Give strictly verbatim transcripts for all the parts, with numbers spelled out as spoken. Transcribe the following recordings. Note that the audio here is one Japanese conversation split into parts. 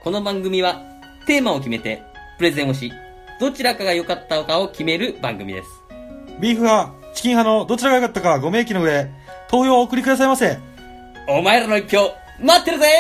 この番組はテーマを決めてプレゼンをし、どちらかが良かったかを決める番組です。 ビーフ派、チキン派のどちらが良かったかご明記の上、投票をお送りくださいませ。 お前らの一票待ってるぜ。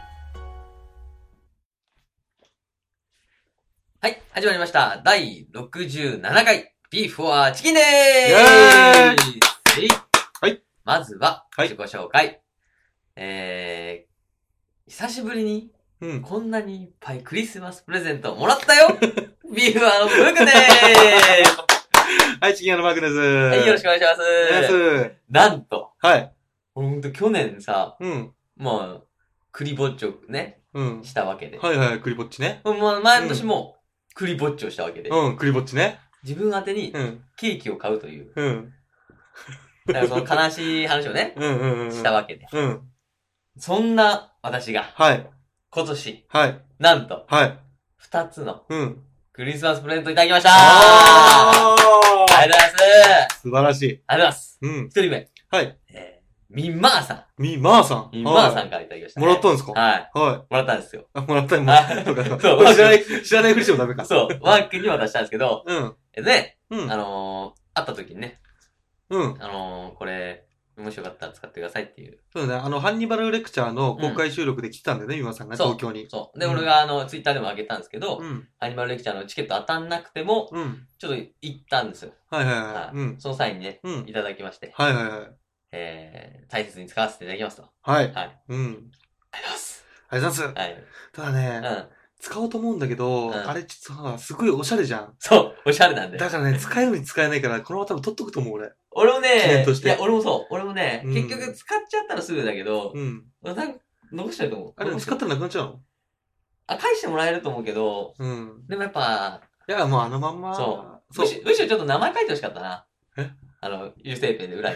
はい、始まりました。だいろくじゅうななかいビーフはチキンでーす。イェーイ。 はい。 まずは自己紹介。 はい、 えー、久しぶりに、 うん、 こんなにいっぱいクリスマスプレゼントをもらったよ。ビーフはのブークでーす。 はい、チキン派のマークです。 はい、よろしくお願いします。 お願いします。 なんと、 はい。 ほんと去年さ、 うん。 まあ、クリぼっちをね、 うん。 したわけで。 はいはい、クリぼっちね。 もう前の年も、クリぼっちをしたわけで。 うん、クリぼっちね。 自分宛てに、ケーキを買うという。 うん。 だからその悲しい話をね、 うんうんうん。 したわけで。 うん。 そんな私が、 はい。 今年、 はい。 なんと、 はい。 二つの、 うん。 クリスマスプレゼントいただきましたー。 あーありがとうございます。 素晴らしい。 ありがとうございます。 うん。 一人目。 はい。 えー、ミンマーさん。 ミンマーさん。 ミンマーさんからいただきました、ね。 もらったんですか？ はい。 はい。 もらったんですよ。 あ、もらったんだ。 そうか、 そう。 これ知らない、知らないふりしてもダメか。 そう。ワークに渡したんですけど、 うん。 で、 うん。 あのー、会った時にね、 うん。 あのー、これ、もしよかったら使ってくださいっていう。 そうだね。あの、ハンニバルレクチャーの公開収録で来てたんだよね、ミマさんがね、東京に。 そう。で、俺があの、ツイッターでも上げたんですけど、 うん。 ハンニバルレクチャーのチケット当たんなくても、 うん。 ちょっと行ったんですよ。 はいはいはい。うん。 その際にね、 うん。 いただきまして。 はいはいはい。 えー、大切に使わせていただきますと。 はい。 はい。 うん。 ありがとうございます。 ありがとうございます。 はい。 ただね、 うん。 使おうと思うんだけど、 うん、 あれちょっとさ、すごいおしゃれじゃん。 そう、おしゃれなんで。 だからね、使えるに使えないから、このまま多分取っとくと思う、俺。 俺もね、 記念として。 いや、俺もそう。俺もね、 うん、 結局使っちゃったらすぐだけど、 うん。 なんか、残しちゃうと思う。 あれ、使ったらなくなっちゃうの？ あ、返してもらえると思うけど、 うん。 でもやっぱ、 いや、もうあのまんま。 そう。 そう。 むしむしろちょっと名前書いてほしかったな。 えあの、油性ペンで裏に。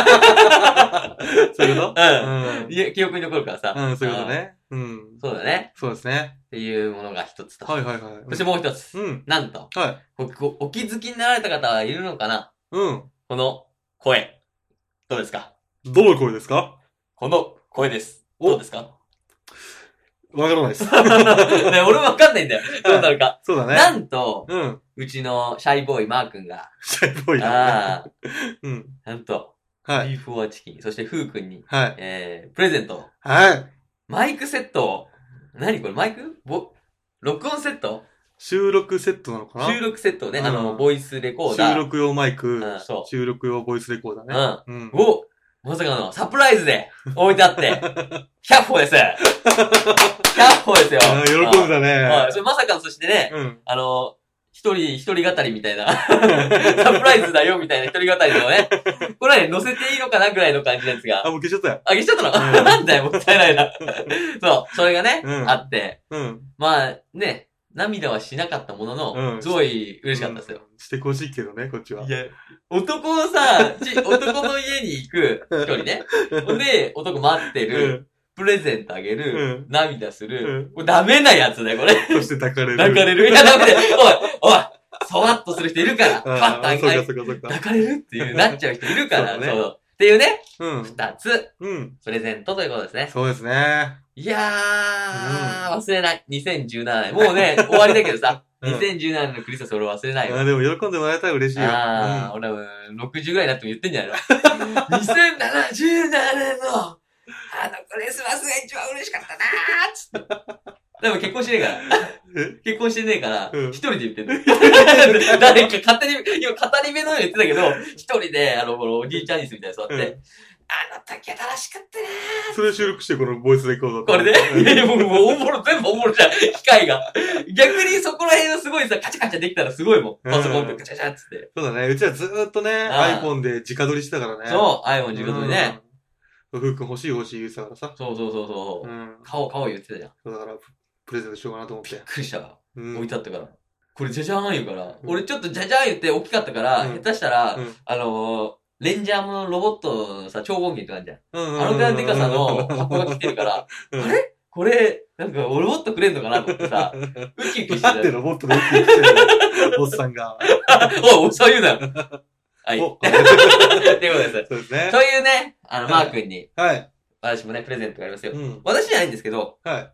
そういうこと？ うん。いや、記憶に残るからさ。 うん、そういうことね。うん。 そうだね。 そうですね。 っていうものが一つと。 はいはいはい。 そしてもう一つ。 うん。 なんと。 はい。 お、お気づきになられた方はいるのかな？ うん。 この声。どうですか？ どの声ですか？ この声です。どうですか？ わからないです。ね、 俺もわかんないんだよ。どうなるか。 そうだね。 なんと、 うん。 うちのシャイボーイマー君が。 シャイボーイだね。 ああ。 うん。 なんと、 はい。 ビーフォアチキン、そしてフー君に、 はい。 えー、プレゼント。 はい。 マイクセットを、何これマイクぼ、録音セット？ 収録セットなのかな？ 収録セットをね、 うん、 あの、ボイスレコーダー。 収録用マイク、 うん、そう。 収録用ボイスレコーダーね。うん。うん。 を、まさかのサプライズで置いてあって、ひゃっ歩です。ひゃっ歩ですよ。 喜んだね。 はい。それまさかの、そしてね、うん、あの、一人、一人語りみたいな、サプライズだよみたいな一人語りのね、これね、載せていいのかなぐらいの感じのやつが。 あ、もう消しちゃったよ。 あ、消しちゃったの、うん、なんだよ、もったいないな。そう、それがね、うん、あって、 うん。 まあ、ね、涙はしなかったものの、うん、すごい嬉しかったですよ。 うん、してほしいけどね、こっちは。 いや、男のさ、ち男の家に行く、一人ね。で、男待ってる、うん、プレゼントあげる、うん、涙する、うん、これダメなやつだよ、これ。 そして抱かれる。 抱かれる。いや、ダメだよ。おい、おい、そわっとする人いるから。パッとあげない。抱かれるっていう、なっちゃう人いるから。そう、ね、そう。っていうね。うん。二つ。うん。プレゼントということですね。 そうですね。 いやー、うん、忘れない。にせんじゅうななねん。もうね、終わりだけどさ。にせんじゅうななねんのクリスマス俺忘れないよ。 あ、でも喜んでもらえたら嬉しいよ。 ああ、うん、俺はろくじゅうぐらいになっても言ってんじゃないの ?にせんななじゅうななねんの、あのクリスマスが一番嬉しかったなーつって。でも結婚してねえから。結婚してねえから、一人で言ってんの。誰か勝手に、今語り部のように言ってたけど、一人で、あの、このおじいちゃんにすみたいな座って、うん、あの時は楽しかったなー。 それ収録してこのボイスレコード。 これで、いやいや、もう、もう、おもろ、全部おもろじゃん。機械が。逆にそこら辺のすごいさ、カチャカチャできたらすごいもん。パソコンとカチャカチャっつって。 そうだね。うちはずーっとね、iPhone で直撮りしてたからね。 そう、iPhone 直撮りね。 ふうくん欲しい欲しい言ってたからさ。 そうそうそうそう。うん。買おう買おう言ってたじゃん。 そうだから、プレゼントしようかなと思って。 びっくりしたわ。うん、置いてあったから。これじゃじゃーん言うから。うん、俺ちょっとじゃじゃーん言って大きかったから、うん、下手したら、うん、あのー、レンジャーものロボットのさ、超合金とかあるじゃん。うんうん、あのぐらいのデカさの箱が来てるから、うん、あれこれ、なんかロボットくれんのかなと思ってさ、ウキウキしてた。 なんでロボットでウキウキしてるのおっさんが。 おい、おっさん言うなよ。はい。っていうことです。 そうですね。 そういうね、あの、マー君に。 はい。 私もね、プレゼントがありますよ。うん、私じゃないんですけど、はい。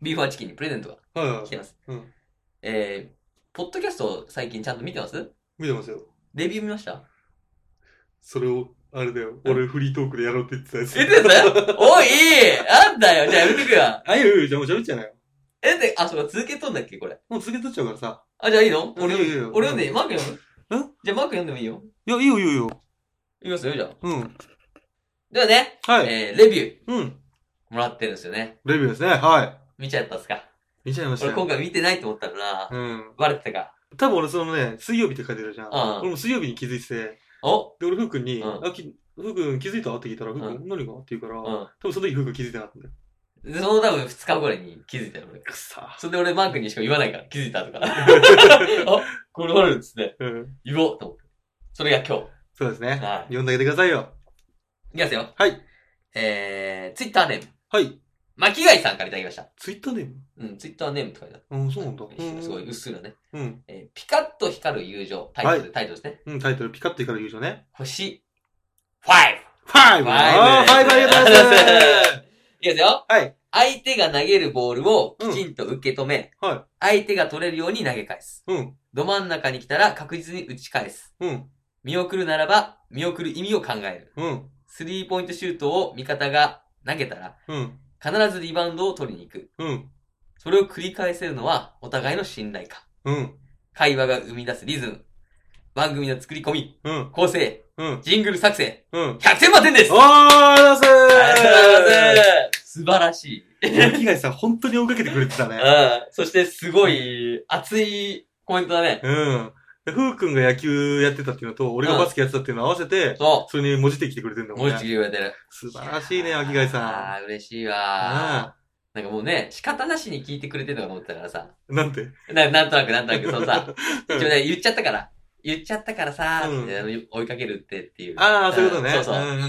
ビーフォアチキンにプレゼントがはいはい。 来てます。 うん。 えー、ポッドキャスト最近ちゃんと見てます？ 見てますよ。 レビュー見ました？ それを、あれだよ。俺フリートークでやろうって言ってたやつ。 言ってた？おいなんだよ。じゃあやめとくわ。 あ、いいよいいよ。じゃあもう喋っちゃうなよ。 え、で、あ、そうか、続けとんだっけこれ。 もう続けとっちゃうからさ。 あ、じゃあいいの？俺、 いいよいいよ俺読んでいい？マーク読む？ んじゃあマーク読んでもいいよ。 いや、いいよいいよいいよ。 いきますよ、じゃあ。 うん。 ではね、 はい。 えー、レビュー。 うん。 もらってるんですよね。 レビューですね。はい。 見ちゃったっすか？ 見ちゃいましたよ。 俺今回見てないと思ったらな、 うん。 バレてたか。 多分俺そのね、水曜日って書いてるじゃん。 うん。 俺も水曜日に気づいてて。 おで、俺ふうくんに、 うん、 あ、き、ふうくん気づいたって聞いたら、ふうくん、 うん、 何がって言うから、 うん。 多分その時ふうくん気づいてなかったんだよ。 で、その多分二日後に気づいたよ、俺。 くさ。 それで俺マークにしか言わないから、気づいたとか。あ、これあるっつって。 うん。 言おうと思って。それが今日。 そうですね。 はい。 読んであげてくださいよ。 いきますよ。 はい。 えー、ツイッターネーム。 はい。 巻貝さんからいただきました。 ツイッターネーム？ うん、ツイッターネームって書いてある。 うん、そうなんだ。 すごい、うっすらね。 うん。 えー、ピカッと光る友情。タイトル、はい、タイトルですね。 うん、タイトル、ピカッと光る友情ね。 星、ファイブ。 ファイブあー、ファイブありがとうございます。 いきますよ。 はい。 相手が投げるボールをきちんと受け止め、うん、はい。相手が取れるように投げ返す。うん。ど真ん中に来たら確実に打ち返す。うん。見送るならば、見送る意味を考える。うん。スリーポイントシュートを味方が投げたら、うん。必ずリバウンドを取りに行く。うん。それを繰り返せるのは、お互いの信頼感。うん。会話が生み出すリズム。番組の作り込み。うん。構成。うん。ジングル作成。うん。ひゃくてん満点です。 おー、ありがとうございます。 ありがとうございます。素晴らしい。 巻貝さん、本当に追いかけてくれてたね。 うん。そして、すごい、熱いコメントだね。 うん。ふうくんが野球やってたっていうのと、俺がバスケやってたっていうのを合わせて、そう。それに文字ってきてくれてるんだもんね。 文字ってきてくれてる。 素晴らしいね、巻貝さん。 ああ、嬉しいわー。なんかもうね、仕方なしに聞いてくれてるのかと思ってたからさ。 なんてななんとなくなんとなく、そうさ、一応ね、言っちゃったから、言っちゃったからさ、うん、追いかけるってっていう。 ああ、そういうことね。 そうそう。うんうんうん、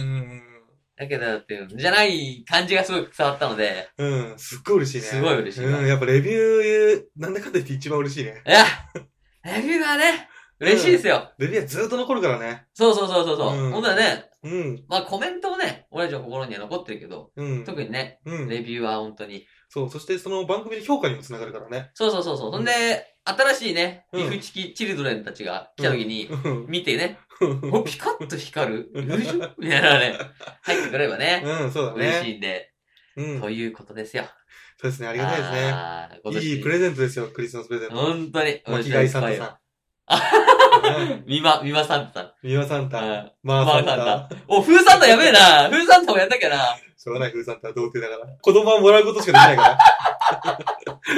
だけどっていう、じゃない感じがすごい伝わったので。 うん、すっごい嬉しいね。 すごい嬉しい。 うん、やっぱレビュー、なんだかんだ言って一番嬉しいね。 いや、レビューはね、嬉しいですよ。 レビューはずっと残るからね。 そうそうそうそう。うん、ほんとはね、 うん。 まあコメントもね、俺たちの心には残ってるけど、うん、特にね、うん、レビューは本当に。 そう、そしてその番組の評価にもつながるからね。 そうそうそうそう。ほ、うんで、新しいね、リフチキチルドレンたちが来た時に、見てね、お、ピカッと光るみたいなね、入ってくればね、 うん、そうだね。 嬉しいんで、うん、ということですよ。 そうですね、ありがたいですね。いいプレゼントですよ、クリスマスプレゼント。 本当に。 巻貝サンタさん。 ミマ、ミマサンタさん。 ミマサンタ。マーサンタ。 お、フーサンタやべえな。フーサンタもやったっけな。 しょうがない、フーサンタは童貞だから。子供はもらうことしかできないから。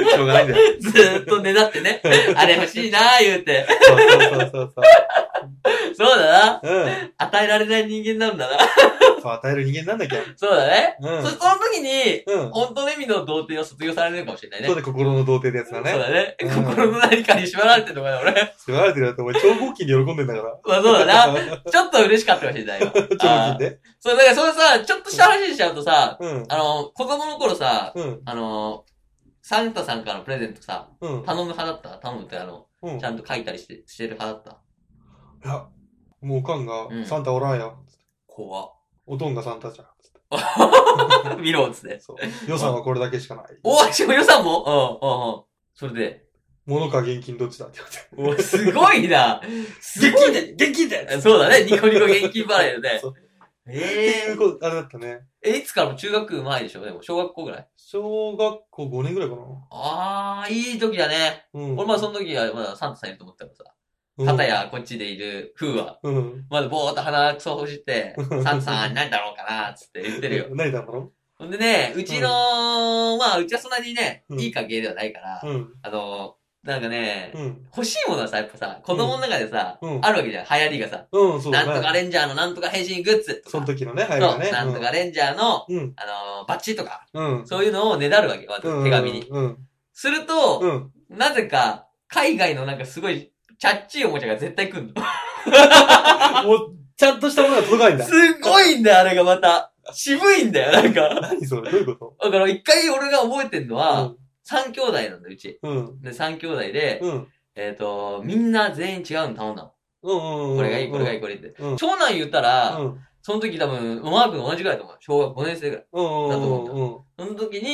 しょうがないんだよ。 ずーっとねだってね。あれ欲しいなー言うて。 そうそうそうそう。 そうだな。うん。与えられない人間なんだな。 そう、与える人間なんだっけ。 そうだね。うん。そ、その時に、うん。本当の意味の童貞を卒業されるかもしれないね。 そうね、心の童貞ってやつだね。 そうだね。うん、心の何かに縛られてるのかな、俺。 縛られてるやつ、お前超合金で喜んでんだから。 まあそうだな。ちょっと嬉しかったかもしれないよ。超合金でそう、だからそれさ、ちょっとした話しちゃうとさ、うん。あの、子供の頃さ、うん。あの、サンタさんからのプレゼントさ、うん。頼む派だった頼むってあの、うん。ちゃんと書いたりして、してる派だったいや、もうおかんが、サンタおらんよ。 怖っ。 おとんがサンタじゃん。 見ろっつって。 そう。予算はこれだけしかない。 おー、しかも予算もうん、うん、うん。それで。 物か現金どっちだって言われて。おすごいな。 現金で現金でそうだね。ニコニコ現金払いよね。 ええー。あれだったね。 え、いつからも中学前でしょでも、小学校ぐらい小学校ごねんぐらいかな。 あー、いい時だね。うん。俺まあその時はまだサンタさんいると思ったからさ。片やこっちでいる風は、うん、まだぼーっと鼻くそほじって、サンタさん何だろうかなつって言ってるよ。 何だろうほんでね、うちの、うん、まあうちはそんなにね、うん、いい関係ではないから、うん、あの、なんかね、うん、欲しいものはさ、やっぱさ、子供の中でさ、うん、あるわけじゃん、流行りがさ。うん、そうだね。なんとかレンジャーのなんとか変身グッズとか。 その時のね、流行りがね。 なんとかレンジャーの、うん、あの、バッチとか、うん、そういうのをねだるわけ、まず手紙に。うん、すると、うん、なぜか、海外のなんかすごい、チャッチーおもちゃが絶対来んの。 もう、ちゃんとしたものが届かないんだ。 すごいんだよ、あれがまた。渋いんだよ、なんか。 何それどういうことだから一回俺が覚えてんのは、三、うん、兄弟なんだ、うち。うん。で、三兄弟で、うん、えっ、ー、と、みんな全員違うの頼んだの。うんうんうん。これがいい、これがいい、これって。うん、長男言ったら、うん、その時多分、マークの同じぐらいだと思う。小学ごねん生ぐらい。うんうんうん。だと思うんだ。その時に、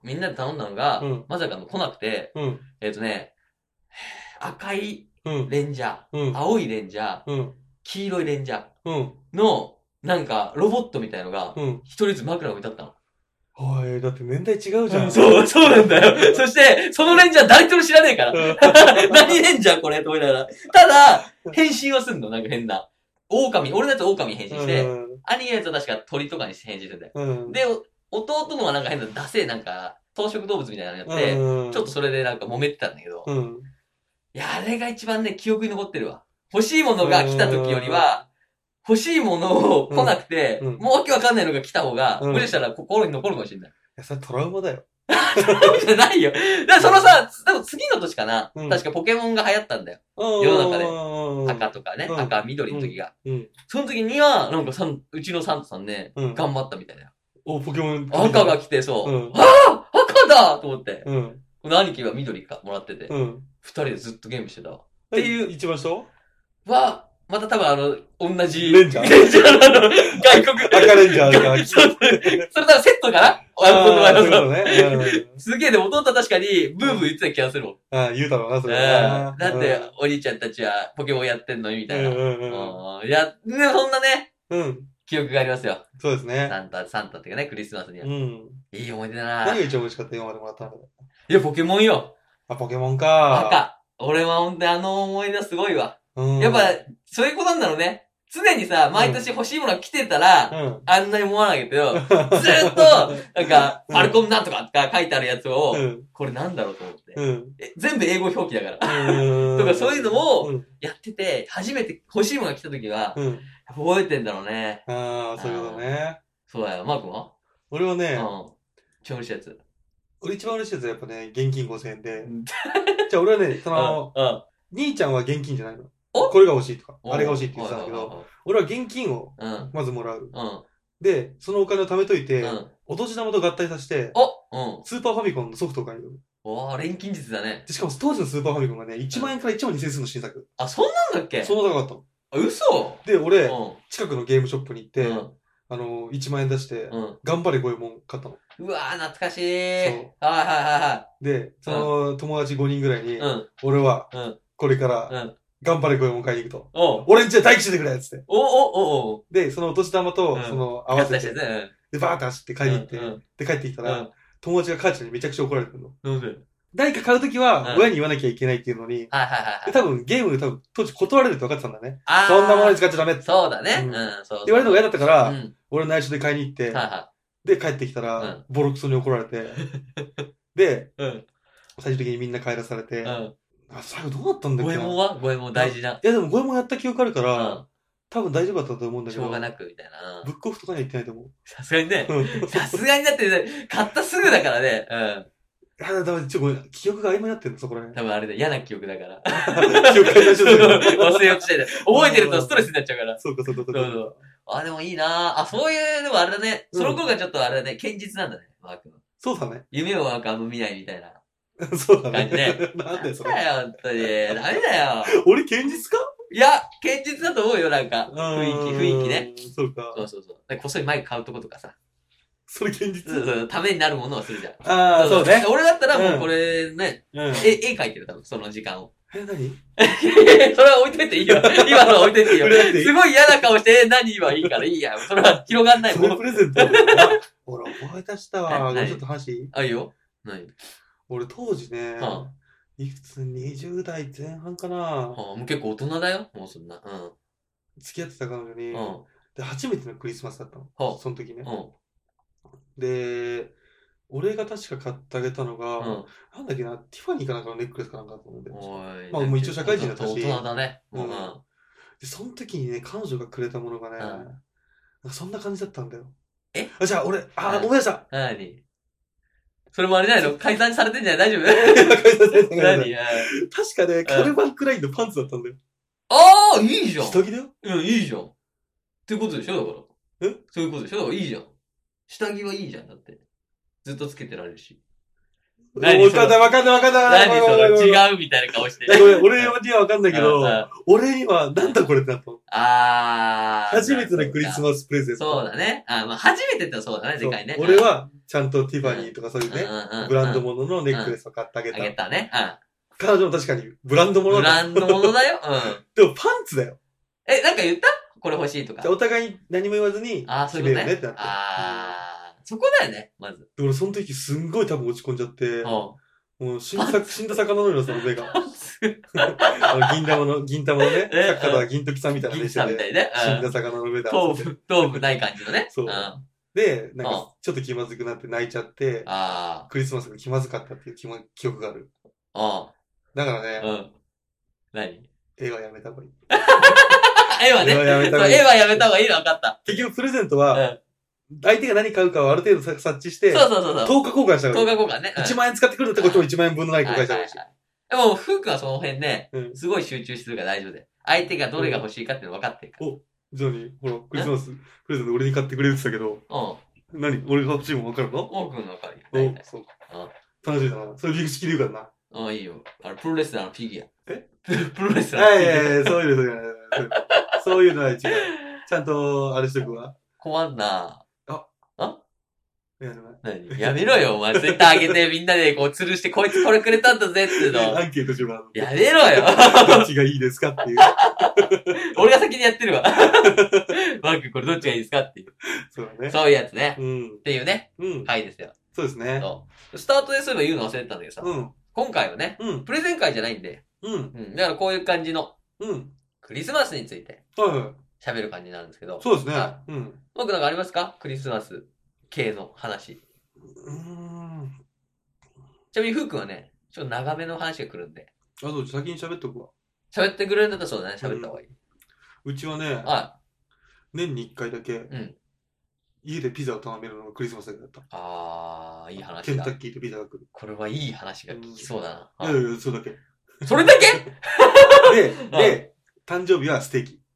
みんなで頼んだのが、 うん、 まさかの来なくて、 うん、 えっ、ー、とね、赤いうん、 レンジャー、 うん、 青いレンジャー、 うん、 黄色いレンジャーうん、 の、なんか、ロボットみたいのが、 うん。 一人ずつ枕を置いてあったの。 おい、だって年代違うじゃん。 そう、そうなんだよ。そして、そのレンジャー誰とも知らねえから。何レンジャーこれと思いながら。ただ、変身はすんの、なんか変な。狼、俺のやつ狼に変身して、兄のやつは確か鳥とかに変身するんだよ。うん、で、弟のはなんか変な、ダセえなんか、草食動物みたいなのやって、うん、ちょっとそれでなんか揉めてたんだけど、うん、いや、あれが一番ね、記憶に残ってるわ。欲しいものが来た時よりは、欲しいものを来なくて、うん、もうわけわかんないのが来た方が、うん、もしかしたら心に残るかもしれない。いや、それトラウマだよ。 トラウマじゃないよ。だからそのさ、多分次の年かな、うん、確かポケモンが流行ったんだよ。世の中で。赤とかね、うん、赤、緑の時が、うんうん。その時には、なんかさん、うちのサンタさんね、うん、頑張ったみたいだよ。 お、ポケモン。 赤が来て、そう。うん、ああ赤だと思って。うん、この兄貴は緑かもらってて、うん、二人でずっとゲームしてたわ。 っていう。一番下は、また多分あの、同じ。 レンジャーレンジャーのあの、外国。 赤レンジャーが。 それ多分セットかなああ、そうね。すげえ、でも弟は確かに、ブーブー言ってた気がするもん。 ああ、言うだろうな、それ。 だって、お兄ちゃんたちはポケモンやってんのにみたいな。うんうんうん。いや、でもそんなね、うん。記憶がありますよ。 そうですね。 サンタ、サンタっていうかね、クリスマスには。うん。いい思い出だな。 何が一番美味しかった今までもらったの？ いや、ポケモンよ。 あ、ポケモンか。 赤。俺はほんとあの思い出すごいわ。やっぱ、そういうことなんだろうね。常にさ、毎年欲しいものが来てたら、うん、あんなに思わないけど、ずーっと、なんか、ファルコンなんとかとか書いてあるやつを、うん、これなんだろうと思って。うん、え全部英語表記だから。とかそういうのをやってて、初めて欲しいものが来た時は、うん、覚えてんだろうね。 ああ、そういうことね。 そうだよ。マー君は？ 俺はね、 うん。一番嬉しいやつ。 俺一番嬉しいやつはやっぱね、現金ごせんえんで。じゃあ俺はね、その、うん、兄ちゃんは現金じゃないの。これが欲しいとか、あれが欲しいって言ってたんだけど、俺は現金をまずもらう。うん、で、そのお金を貯めといて、うん、お年玉と合体させて、うん、スーパーファミコンのソフトを買うよ。 おー、錬金術だね。 で。しかも当時のスーパーファミコンがね、いちまんえんからいちまんにせんえんするの新作。 あ、そんなんだっけ？ そんな高かったの。 あ、嘘？ で、俺、うん、近くのゲームショップに行って、うん、あの、いちまんえん出して、うん、頑張れゴエモン買ったの。 うわー、懐かしいー。そう。はいはいはいはい。 で、その、うん、友達ごにんぐらいに、うん、俺は、これから、うん頑張れゴエモン買いに行くと。おう俺んちで待機しててくれっつって。 おおおおで、そのお年玉と、その、合わせて、で、バーって走って買いに行って、で、帰ってきたら、友達が母ちゃんにめちゃくちゃ怒られてるの。なんで誰か買うときは、親に言わなきゃいけないっていうのに、はいはいはい。で、多分、ゲーム多分、当時断られるって分かってたんだね。そんなものに使っちゃダメって。 そうだね。うん、そう。 言われるのが嫌だったから、俺内緒で買いに行って、で、帰ってきたら、ボロクソに怒られて、で、最終的にみんな帰らされて、あ、最後どうなったんだっけな。 ゴエモンはゴエモン大事な。 いやでもゴエモンやった記憶あるから、うん、多分大丈夫だったと思うんだけど。 しょうがなくみたいな。 ブックオフとかには行ってないと思う。 さすがにね。さすがにだって、ね、買ったすぐだからね。うん。 いや、だからちょ、ごめん、記憶が曖昧になってんの、そこら辺。 多分あれで嫌な記憶だから。記憶が曖昧忘れようとしてる。覚えてるとストレスになっちゃうから。 そうか、そうか、そうか。そうそう。 あ、でもいいなあ、そういう、でもあれだね。その頃がちょっとあれだね、堅実なんだね、マー君。 そうだね。 夢をなんかあんま見ないみたいな。 そうだね。 感じね。 なんでそれ。 だよ、ほんとに。ダメだよ。 俺、堅実かいや、堅実だと思うよ、なんか。雰囲気、雰囲気ね。 そうか。 そうそうそう。でこっそりマイク買うとことかさ。 それ堅実そうそう、ためになるものをするじゃん。 ああ、そうね。 俺だったらもうこれね、うん、絵、絵描いてる、多分、その時間を。 え、何それは置いといていいよ。今のは置いといていいよ。すごい嫌な顔して、え、何はいいからいいや。それは広がんないもん。 それプレゼント。ほら、思い出したわ。ちょっと話。 あ、いいよ。何俺当時ね、はあ、いくつにじゅう代前半かな、はあ、もう結構大人だよ。もうそんな。うん。 付き合ってた彼女に、うん、で、初めてのクリスマスだったの。はあ、その時ね。うんで、俺が確か買ってあげたのが、うん、なんだっけな、ティファニーかなんかのネックレスかなんかだと思うんだよ。まあもう一応社会人だったし。 大人だね。うん。 で、その時にね、彼女がくれたものがね、うん、なんかそんな感じだったんだよ。 えあ、じゃあ俺、あ、思い出した。 何それもあれじゃないの解散されてんじゃない大丈夫解散されてない。何確かね、カルバンクラインのパンツだったんだよ。 ああ、いいじゃん。 下着だよ。 うん、いいじゃん。っていうことでしょだから。えそういうことでしょだからいいじゃん。下着はいいじゃん、だって。ずっとつけてられるし。 何わかんないわかんないわかんない。 何その違うみたいな顔して。 ごめん、俺にはわかんないけど、俺にはなんだこれってなったの。 あー。 初めてのクリスマスプレゼント。 そうだね。あまあ初めてってそうだね、でかいね。 俺は、ちゃんとティファニーとかそういうね、ブランド物のネックレスを買ってあげた。 あげたね。 彼女も確かに、ブランド物だ。ブランド物だよ。うん。 でもパンツだよ。 え、なんか言ったこれ欲しいとか。 お互いに何も言わずに、決めようねってなって。 あー。そこだよね、まず。 で、俺その時すんごい多分落ち込んじゃって、もう死んだ、死んだ魚のようなその目が。銀玉の、銀玉のね、サッカーとか銀時さんみたいな目してて、ね、死んだ魚の目だ。 頭部、頭部ない感じのね。 そう。で、なんか、ちょっと気まずくなって泣いちゃって、クリスマスが気まずかったっていう記記憶がある。だからね、うん。 何絵はやめた方がいい。 絵はね。絵はやめた方がいい。絵はやめた方がいいの分かった。 結局プレゼントは、相手が何買うかをある程度察知して、 そうそうそうそう。 とおか交換した方がいい。 とおか交換ね。 いちまん円使ってくるんだったらこっちもいちまん円分のない交換した方がいいし。 でも、フークはその辺ね、すごい集中するから大丈夫で。相手がどれが欲しいかっていうの分かってるから。 お、じゃあに、ほら、クリスマス、プレゼント俺に買ってくれるって言ったけど、うん。何俺が欲しいもん分かるの？ オー君分かるよ。 お、そうか。楽しいな。それ理識で言うからな。ああ、いいよ。あれ、プロレスラーのフィギュア。 えプロレスラーのフィギュア。 いやいやいや、そういうのじゃない。そういうのは違う。ちゃんと、あれしとくわ。 困んな。 あ。 あや何やめろよ、お前。ツイッター上げてみんなでこう吊るして、こいつこれくれたんだぜっていうの。 アンケートしよう。 やめろよ。 どっちがいいですかっていう。 俺が先にやってるわ。マークこれどっちがいいですかっていう。 そうだね。 そういうやつね。 うん。 っていうね。 うん。 はいですよ。 そうですね。 そう。スタートでそういえば言うの忘れてたんだけどさ。 うん。 今回はね。うん。プレゼン会じゃないんで。 うん。うん。 だからこういう感じの。 うん。 クリスマスについて。 はいはい。 喋る感じになるんですけど。 そうですね。うん。 僕なんかありますかクリスマス系の話。 うーん。 ちなみに、ふうくんはね、ちょっと長めの話が来るんで。 あ、そう、先に喋っとくわ。 喋ってくれるんだったらそうだね、喋った方がいい。 うん、うちはね、 はい。 年に一回だけ、 うん。 家でピザを頼めるのがクリスマスだけだった。 あー、いい話だ。 ケンタッキーとピザが来る。 これはいい話が聞きそうだな。 いやいや、それだけ。 それだけで、で、誕生日はステーキ。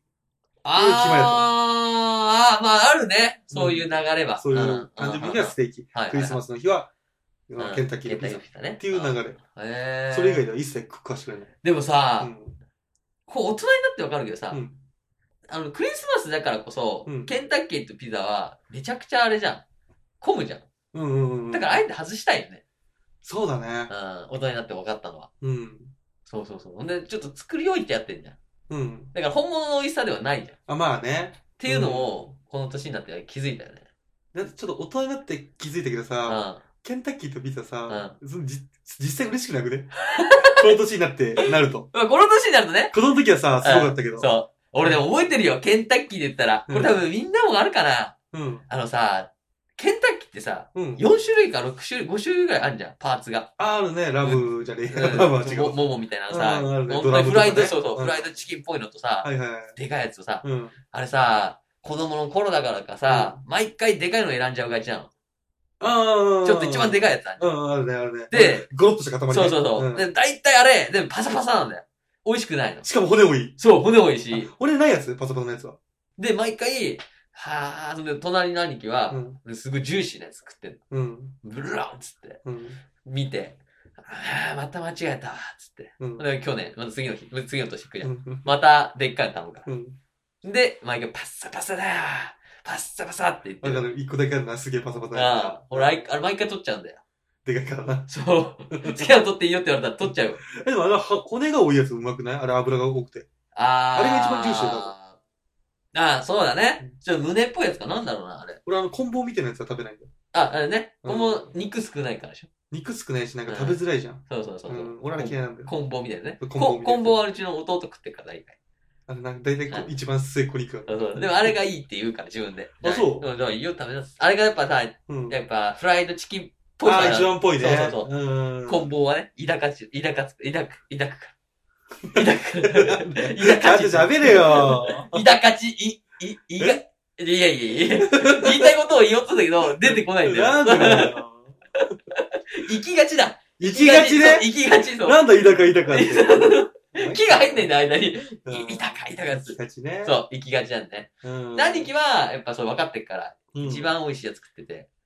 あー、あー、まああるね。そういう流れは。 そういう、誕生日がステーキ。クリスマスの日は、ケンタッキーのピザ。っていう流れ。へー。それ以外では一切食わしてくれない。 でもさ、こう大人になってわかるけどさ、あの、クリスマスだからこそ、ケンタッキーとピザは、めちゃくちゃあれじゃん。混むじゃん。うんうんうん。だからあえて外したいよね。 そうだね。 うん。大人になって分かったのは。 うん。 そうそうそう。ほんで、ちょっと作り置いてやってんじゃん。 うん。 だから本物の美味しさではないじゃん。 あ、まあね。 っていうのを、この年になって気づいたよね。 だってちょっと大人になって気づいたけどさ、ケンタッキーとピザさ、実際嬉しくなくねこの年になってなると。 この年になるとね。 この時はさ、すごかったけど。 そう。俺でも覚えてるよ。ケンタッキーで言ったら。これ多分みんなもあるかな。うん。あのさ、ケンタッキーってさ、うん、よん種類かろく種類、ご種類ぐらいあるじゃん、パーツが。 あるね、ラブじゃねえ。ラブは違う。 ももみたいなのさ、フライド、そうそう、フライドチキンっぽいのとさ、でかいやつとさ、あれさ、子供の頃だからかさ、毎回でかいの選んじゃうがちなの。ああ。ちょっと一番でかいやつある。 うん、あるね、あるね。 で、 ゴロッとした塊。 そうそうそう。で、だいたいあれ、でもパサパサなんだよ。美味しくないの。 しかも骨多い。 そう、骨多いし。 骨ないやつパサパサのやつは。 で、毎回、はぁ、それで隣の兄貴は、すごいジューシーなやつ食ってんの。うん。ブルーンつって、うん、見て、ああ、また間違えたわ、つって。うん、で、去年、また次の日、次の年行くじゃん。うん、また、でっかいの頼むから。うん、で、毎回パッサパサだよパッサパサって言って。 だから一個だけあるな、すげえパサパサだよ。 ああ、俺、あれ毎回取っちゃうんだよ。 でかいからな。 そう。好きなの取っていいよって言われたら取っちゃうよ。 え、でもあれは骨が多いやつうまくないあれ油が多くて。ああ。あれが一番ジューシーだぞ。 ああ、そうだね。ちょっと胸っぽいやつかなんだろうな、あれ。 俺あの、コンボみたいなやつは食べないんだよ。 あ、あれね。この肉少ないからでしょ。 肉少ないし、なんか食べづらいじゃん。 そうそうそう。 俺は嫌いなんだよ。 コンボみたいなね。コンボはうちの弟食ってるから大体。 あの、なんか大体一番末っ子肉そうそう。でもあれがいいって言うから自分で。 あ、そうじゃあいいよ食べます。あれがやっぱさ、やっぱフライドチキンっぽい。 あ、一番っぽいね。 そうそうそう。コンボはね、イダカチ、イダカツ、イダク、イダクか。イダク。イダカチ。 ちゃんと喋れよ。 イダカチ、イ、い、いが、いやいやいや言いたいことを言おうとしたけど、出てこないんだよ。 なんでだよ。 行きがちだ。 行きがちね。 行きがちそう。 なんだ、いたかいたかって。 木が入んないんだ、間に。いたかいたかって。 行きがちね。 そう、行きがちなんだね。兄貴は、やっぱそう分かってっから、一番美味しいやつ食ってて。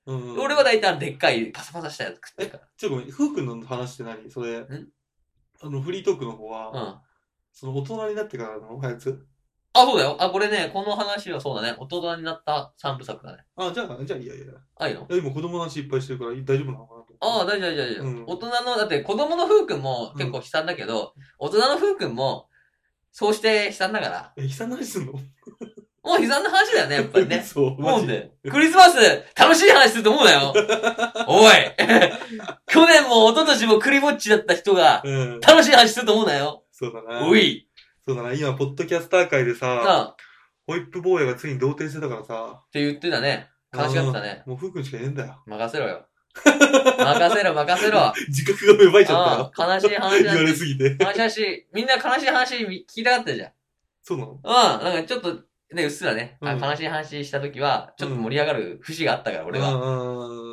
うんうん、 俺は大体でっかいパサパサしたやつ食ってるから。 ちょ、ごめん、ふうくんの話って何それ。んあの、フリートークの方は、うん。その大人になってからのやつあ、そうだよ。あ、これね、この話はそうだね。大人になった三部作だね。 あ、じゃあ、じゃあいやいや。 あ、いいの？ いや、今子供の話いっぱいしてるから大丈夫なのかなと。 ああ、大丈夫、大丈夫。うん、大人の、だって子供のふうくんも結構悲惨だけど、うん、大人のふうくんも、そうして悲惨だから。 え、悲惨な話すんの？もう悲惨な話だよね、やっぱりね。 そう。 もうね、クリスマス楽しい話すると思うなよ。おい去年も一昨年もクリぼっちだった人が、楽しい話すると思うなよ。 そうだな。 おい。 そうだな、今、ポッドキャスター界でさ、ああホイップ坊やがついに同点してたからさ。 って言ってたね。悲しがってたね。 もうふうくんしかいねえんだよ。 任せろよ。任せろ、任せろ。 自覚が芽生えちゃったよ。悲しい話言われすぎて。 悲しい話、みんな悲しい話聞きたかったじゃん。 そうなの？ うん。なんかちょっと、ね、うっすらね、うん、悲しい話した時は、ちょっと盛り上がる節があったから、俺は。うん。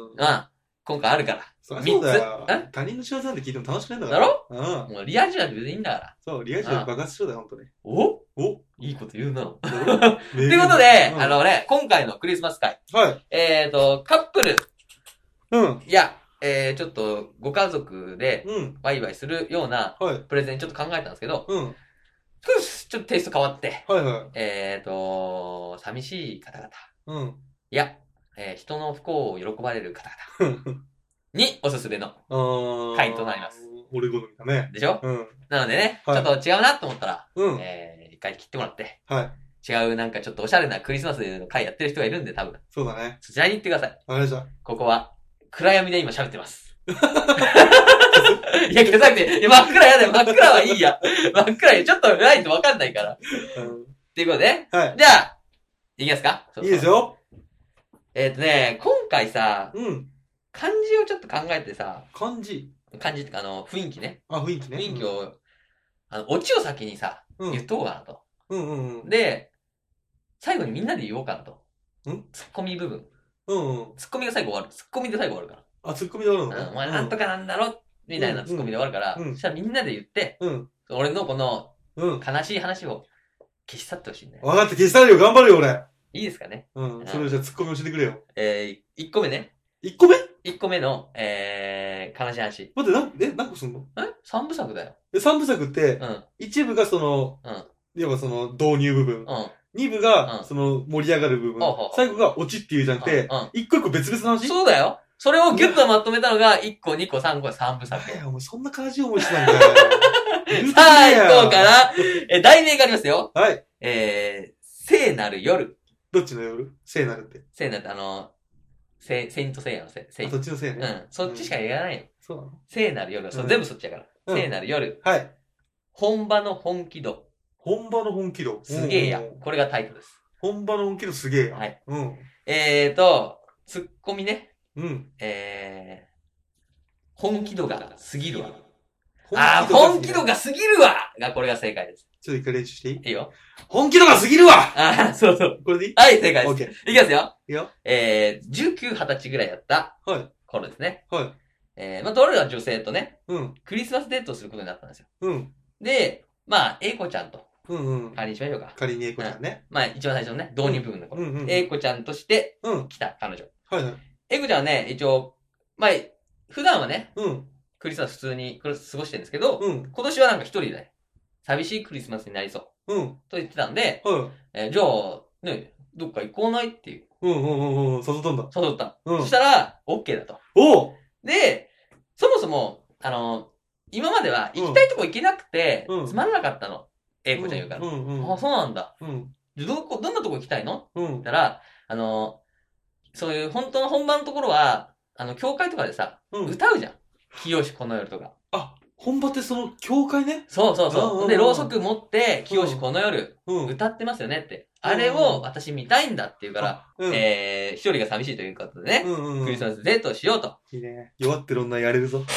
うん。今回あるから。 そりゃそうだよ。他人の幸せなんて聞いても楽しくないんだから。 だろ？うん。もうリア充なんて別にいいんだから。 そう、リア充で爆発しそうだよ、ほんとね。 おおいいこと言うな。ということで、うん、あのね、今回のクリスマス会。 はい。 えーと、カップル。 うん。 いや、えー、ちょっと、ご家族で、ワイワイするような、プレゼンちょっと考えたんですけど、 うん。 ちょっとテイスト変わって、 はいはい。 えーと、寂しい方々。 うん。 いや、えー、人の不幸を喜ばれる方々。に、おすすめの回となります。 俺好みだね。 でしょ？ うん。 なのでね、はい、ちょっと違うなと思ったら、 うん。 えー、一回切ってもらって、 はい。 違うなんかちょっとおしゃれなクリスマスの回やってる人がいるんで、多分。 そうだね。 そちらに行ってください。 わかりました。 ここは、暗闇で今喋ってます。いや、消さなくて、いや真っ暗やだよ、真っ暗はいいや。真っ暗い、ちょっとないとわかんないから。うん。っていうことで、 はい。 じゃあ、いきますか？ いいですよ。 えっとね、今回さ、 うん。 漢字をちょっと考えてさ、 漢字漢字ってか、あの、雰囲気ね。 あ、雰囲気ね。 雰囲気を、うん、あの、オチを先にさ、うん、言っとこうかなと。 うんうんうん。 で、最後にみんなで言おうかなと。 んツッコミ部分。 うんうん。 ツッコミが最後終わる。ツッコミで最後終わるから。 あ、ツッコミで終わるの？ うん、お前なんとかなんだろみたいなツッコミで終わるから、うんうん、そしたらみんなで言って、うん、俺のこの、悲しい話を消し去ってほしいんだよ。 わかった、消し去るよ、頑張るよ、俺。 いいですかね？ うん。それじゃあツッコミ教えてくれよ。 えー、いっこめね。 いっこめ ? いっ 個目の、えー、悲しい話。 待って、な、え、何個すんの？ え ?さん 部作だよ。 え、さん部作って、うん。一部がその、うん。いわばその、導入部分。うん。二部が、その、盛り上がる部分。うん。最後がオチっていうじゃなくて、うん。一個一個別々の話？そうだよ。それをギュッとまとめたのが、いっこ、にこ、さんこ、さん部作。 いや、お前そんな悲しい思いしてたんかよ。 さあ、行こうかな。え、題名がありますよ。 はい。 えー、聖なる夜。 どっちの夜？聖なるって。 聖なるってあの、セイントセイヤのせい。 あ、そっちのせいね。 うん。そっちしか言わないよ。 そうなの？ 聖なる夜。そう、全部そっちやから。聖なる夜。 はい。 本場の本気度。 本場の本気度。 すげえや。これがタイトルです。 本場の本気度すげえや。 はい。 うん。 えーと、ツッコミね。 うん。 えー、本気度が過ぎるわ。あー、本気度が過ぎるわが、これが正解です。 ちょっと一回練習していい？ いいよ。 本気度が過ぎるわああ、そうそう。 これでいい？ はい、正解です。 オッケー。 いきますよ。 いいよ。 えー、じゅうきゅう、はたちぐらいやった。 はい。 頃ですね。 はい。 えー、まあ、とある女性とね、 うん。 クリスマスデートをすることになったんですよ。 うん。 で、まあ、A子ちゃんと。 うんうん。 仮にしましょうか。 仮に A 子ちゃんね。 うん、まあ、一番最初のね、導入部分の頃。 うんうん。 A 子ちゃんとして、 うん。 来た、彼女。 はいはい。 A 子ちゃんはね、一応、まあ、普段はね、 うん。 クリスマス普通に過ごしてるんですけど、 うん。 今年はなんか一人で、寂しいクリスマスになりそう。 うん。 と言ってたんで、 はい。 えー、じゃあ、ね、どっか行こうないっていう。 うんうんうんうん。誘ったんだ。 誘った。 うん。 そしたら、OK だと。 おうで、そもそも、あの、今までは行きたいとこ行けなくて、うん、つまらなかったの。A 子ちゃん言うから。うんうんうん、あ、そうなんだ。うん。どこ、どんなとこ行きたいの？うん。言ったら、あの、そういう本当の本番のところは、あの、教会とかでさ、うん、歌うじゃん。清しこの夜とか。 あ、本場ってその、教会ね。 そうそうそう。で、ろうそく持って、清しこの夜、うん、歌ってますよねって。あれを私見たいんだって言うから、うん、えー、一人が寂しいということでね、うんうんうん、クリスマスデートをしようと。 いいね。弱ってる女やれるぞ。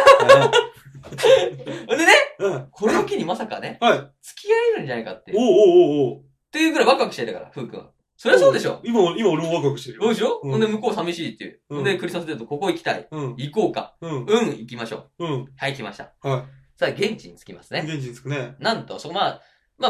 でね、うん、これを機にまさかね、 はい、 付き合えるんじゃないかって。 おうおうおうおうっていうぐらいワクワクしてたから、ふうくんは。そりゃそうでしょ。 今、今俺もワクワクしてるよ。 そうでしょ、うん、ほんで向こう寂しいっていう。ほ、うんでクリスマスデートここ行きたい。うん、行こうか。うん、うん、行きましょう。うん。はい、来ました。はい。さあ、現地に着きますね。 現地に着くね。 なんと、そこまあ、まあまあ、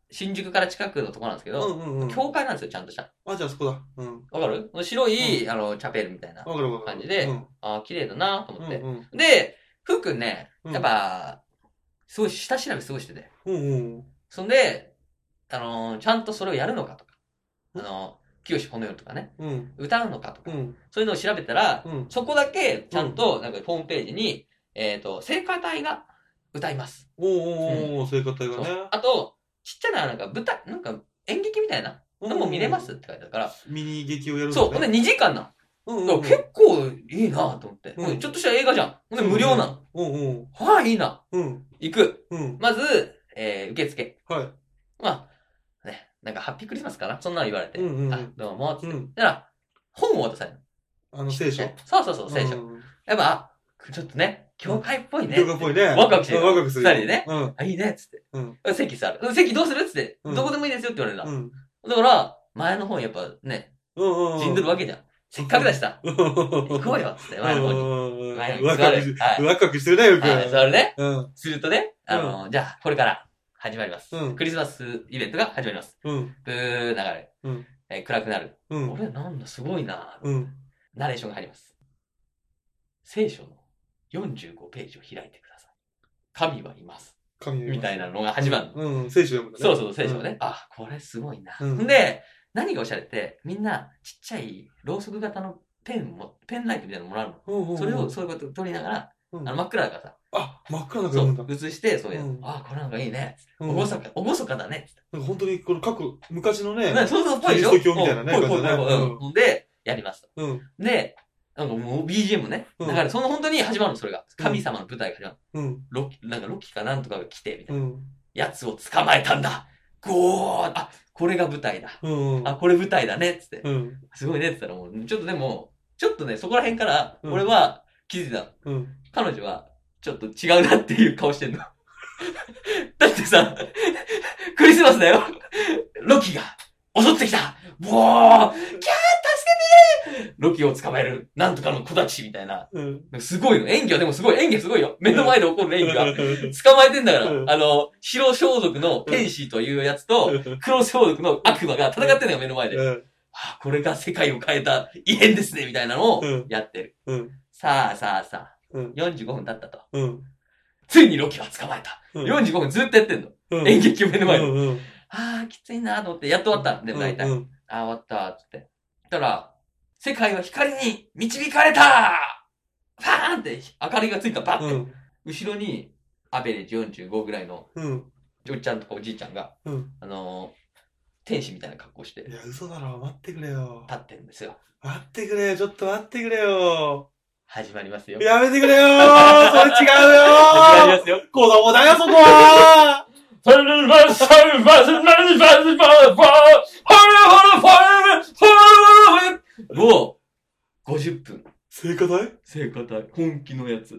新宿から近くのところなんですけど、うんうんうん、教会なんですよ、ちゃんとした。 あ、じゃあそこだ。うん。 わかる白い、うん、あの、チャペルみたいな感じで、うん、あ、綺麗だなと思って。うんうん、で、ふうくんね、やっぱ、すごい下調べすごいしてて。うんうん、そんで、あのー、ちゃんとそれをやるのかとか、あのー、清この夜とかね、うん、歌うのかとか、うん、そういうのを調べたら、うん、そこだけちゃんと、なんかホームページに、えっと、聖歌隊が歌います。 おーおー、うん、聖歌隊がね。 あと、ちっちゃな、なんか舞台、なんか演劇みたいなのも見れますって書いてあるから。 ミニ劇をやるの、ね、そう。ほんでにじかんな。うんうんうん、結構いいなと思って、うん。ちょっとした映画じゃん。ほんで無料なの。うんうん。はあ、いいな。うん。行く。うん。まず、えー、受付。はい。まあ、ね、なんかハッピークリスマスかなそんなの言われて。うんうん、あ、どうも、つって。うん、だから、本を渡される。 あの、聖書そうそうそう、聖書。うん、やっぱ、ちょっとね、教会っぽいね。 教会っぽいね。 ワクワクしてる。 ワクワクする。 二人でね。うん。あ、いいね、つって。うん。席座る。席どうするつって、うん。どこでもいいですよって言われるな。うん。だから、前の方やっぱね、うんうん。陣取るわけじゃん。せっかくだしさ。行こうよ、つって、前の方に。前の方に座る。 はい。ワクワクしてるね、よく。 はい、座るね。うん。するとね、あの、じゃあ、これから始まります。うん。クリスマスイベントが始まります。うん。ブー流れ。うん。え、暗くなる。うん。俺なんだ、すごいな。うん。ナレーションが入ります。聖書のよんじゅうごページを開いてください。神はいます。神はいます。みたいなのが始まるの。 うん、うん、聖書読むんだね。そうそう、聖書ね。うん、あ、これすごいな。うん、で、何がおしゃれって、みんなちっちゃいろうそく型のペンも、ペンライトみたいなのもらうの。うんうんうん、それをそういうこと取りながら、うん、あの真っ暗だからさ。 あ、真っ暗だから読むんだ。 そう、映して、そういう、うん、あ、これなんかいいね。おごそか、おごそかだね。 なんか本当に、この各、昔のね、 そうそう、ぽいでしょ。 キリスト教みたいなね。 ぽいぽいぽい。うん。で、やりますと。うん。で、なんかもう ビージーエム ね。だからその本当に始まるの、それが。神様の舞台が始まる。うん。ロキ、なんかロキかなんとかが来て、みたいな。うん。やつを捕まえたんだ。ゴーあ、これが舞台だ。うん。あ、これ舞台だね。つって。うん。すごいね。って言ったらもう、ちょっとでも、ちょっとね、そこら辺から、俺は気づいた。うん。彼女は、ちょっと違うなっていう顔してんの。だってさ、クリスマスだよ。ロキが襲ってきた。ボーキャー助けてロキを捕まえる、なんとかの子たちみたいな。うん、すごいの。演技はでもすごい。演技すごいよ。目の前で起こる演技が。捕まえてんだから。うん、あの、白装束の天使というやつと、黒装束の悪魔が戦ってんのよ、目の前で。うん、あ、これが世界を変えた異変ですね、みたいなのをやってる。うん、さあさあさあ、うん、よんじゅうごふん経ったと。うん、ついにロキは捕まえた。うん、よんじゅうごふんずっとやってんの。うん、演劇を目の前で。うんうん、ああ、きついなと思って、やっと終わった。でも大体。うんうん、ああ、終わった、つって。たら、世界は光に導かれたファーンって明かりがついた、バッて。うん、後ろに、アベレージよんじゅうごぐらいの、うん、おっちゃんとかおじいちゃんが、うん、あのー、天使みたいな格好して。 いや、嘘だろ、待ってくれよ。 立ってるんですよ。 待ってくれよ、ちょっと待ってくれよ。 始まりますよ。 やめてくれよーそれ違うよー始まりますよ。子供だよ、そこはもう、ごじゅっぷん。 聖歌隊聖歌隊。本気のやつ。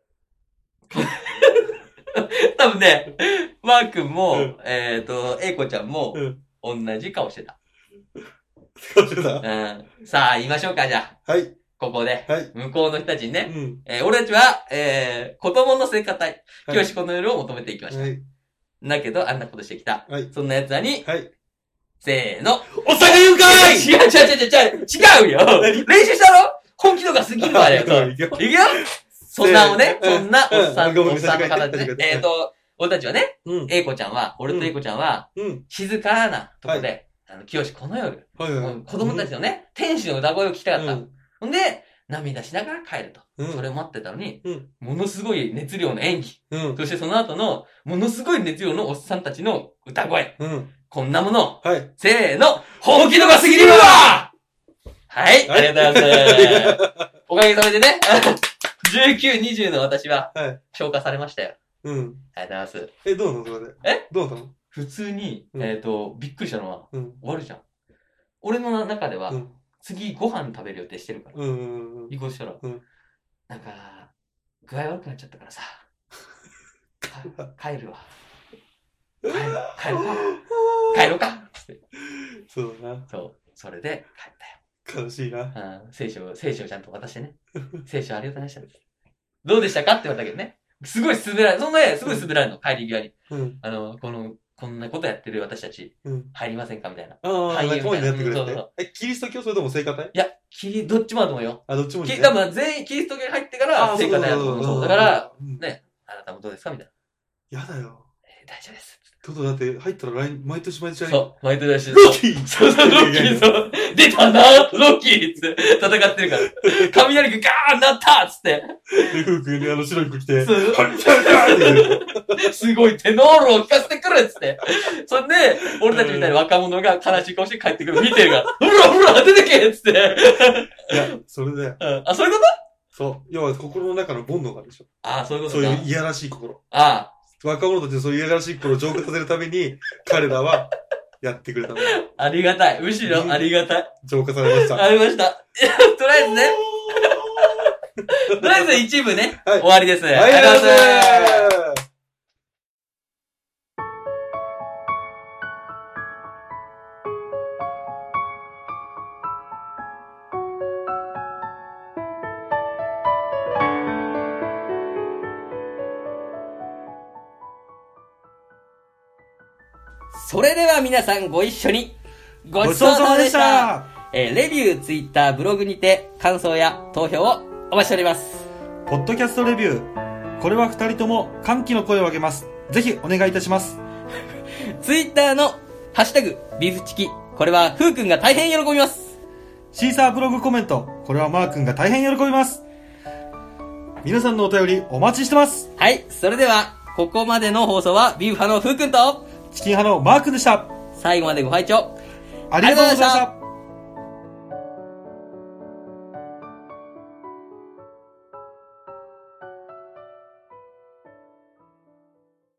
多分ね、マー君も、うん、えっ、ー、と、エイコちゃんも、うん、同じ顔してた。 顔してたうん。さあ、言いましょうか、じゃあ。はい。ここで、はい、向こうの人たちにね、うん、えー、俺たちは、えー、子供の聖歌隊、清しこの夜を求めていきました。はい、だけど、あんなことしてきた。はい、そんな奴らに、はい、せーの。 お酒言うかい違う違う違う違う違うよ練習したろ本気度が過ぎるわよ。いくよそんなをね、そんなおっさん、おっさんの方でね。えっと、俺たちはね、エイコちゃんは、俺とエイコちゃんは、静かなとこで、あの、清しこの夜、子供たちのね、天使の歌声を聞きたかった。ほんで、涙しながら帰ると。うん、それを待ってたのに、うん、ものすごい熱量の演技、うん。そしてその後の、ものすごい熱量のおっさんたちの歌声。うん、こんなもの。はい、せーの、本気度が過ぎるわはい、はい、ありがとうございます。おかげさまでね、じゅうきゅう、にじゅうの私は、消化されましたよ。うん。ありがとうございます。 え、どうなのそれで。えどうなの普通に、うん、えっ、ー、と、びっくりしたのは、うん、終わるじゃん。俺の中では、うん、次ご飯食べる予定してるから。うんうんうん。行こうとしたら、うん、なんか、具合悪くなっちゃったからさ。帰るわ。帰る、帰るか。帰ろうかつって。 そうだな。 そう。それで帰ったよ。悲しいな。 うん。聖書、聖書をちゃんと渡してね。聖書ありがとうございました。どうでしたかって言われたけどね。すごい滑られ、そんなね、すごい滑られるの、帰り際に。うん。あの、この、 こんなことやってる私たち、うん、入りませんかみたいな。 ああ、はい、コメントやってくれて、うん。そうそうえ、キリスト教それとも聖歌隊？ いや、キリ、どっちもあると思うよ。 あ、どっちも、ね。 多分全員キリスト教に入ってから聖歌隊やと思う。そう。だから、ね、あなたもどうですかみたいな。やだよ。 えー、大丈夫です。 ことだって入ったら来毎年毎年そう、毎年毎年。 ロッキーそうそう、ロッキー、そう。出たなロッキーつって戦ってるから。雷がガーンなったつって。 で、フー君にあの白い服着て、 そう。すごいテノールを聞かせてくるつって。そんで、俺たちみたいな若者が悲しい顔して帰ってくるの見てるから、ほらほら出てけつって。 いや、それだよ。 うん。あ、そういうこと？ そう。要は心の中の煩悩があるでしょ。 ああ、そういうことか。 そういういやらしい心。 ああ。 若者たちのそういう嫌がらしい心を浄化させるために、彼らはやってくれたの。 ありがたい。むしろありがたい。 浄化されました。 ありました。とりあえずね。とりあえず一部ね、はい、終わりです。 はい、ありがとうございます。 それでは皆さんご一緒にごちそうさまでした。えー、レビュー、ツイッター、ブログにて感想や投票をお待ちしております。 ポッドキャストレビュー。これは二人とも歓喜の声を上げます。ぜひお願いいたします。 ツイッターのハッシュタグ、ビーフチキ。これはふうくんが大変喜びます。 シーサーブログコメント。これはマーくんが大変喜びます。皆さんのお便りお待ちしてます。 はい、それでは、ここまでの放送はビーフ派のふうくんと、 チキン派のマー君でした。 最後までご拝聴ありがとうございました。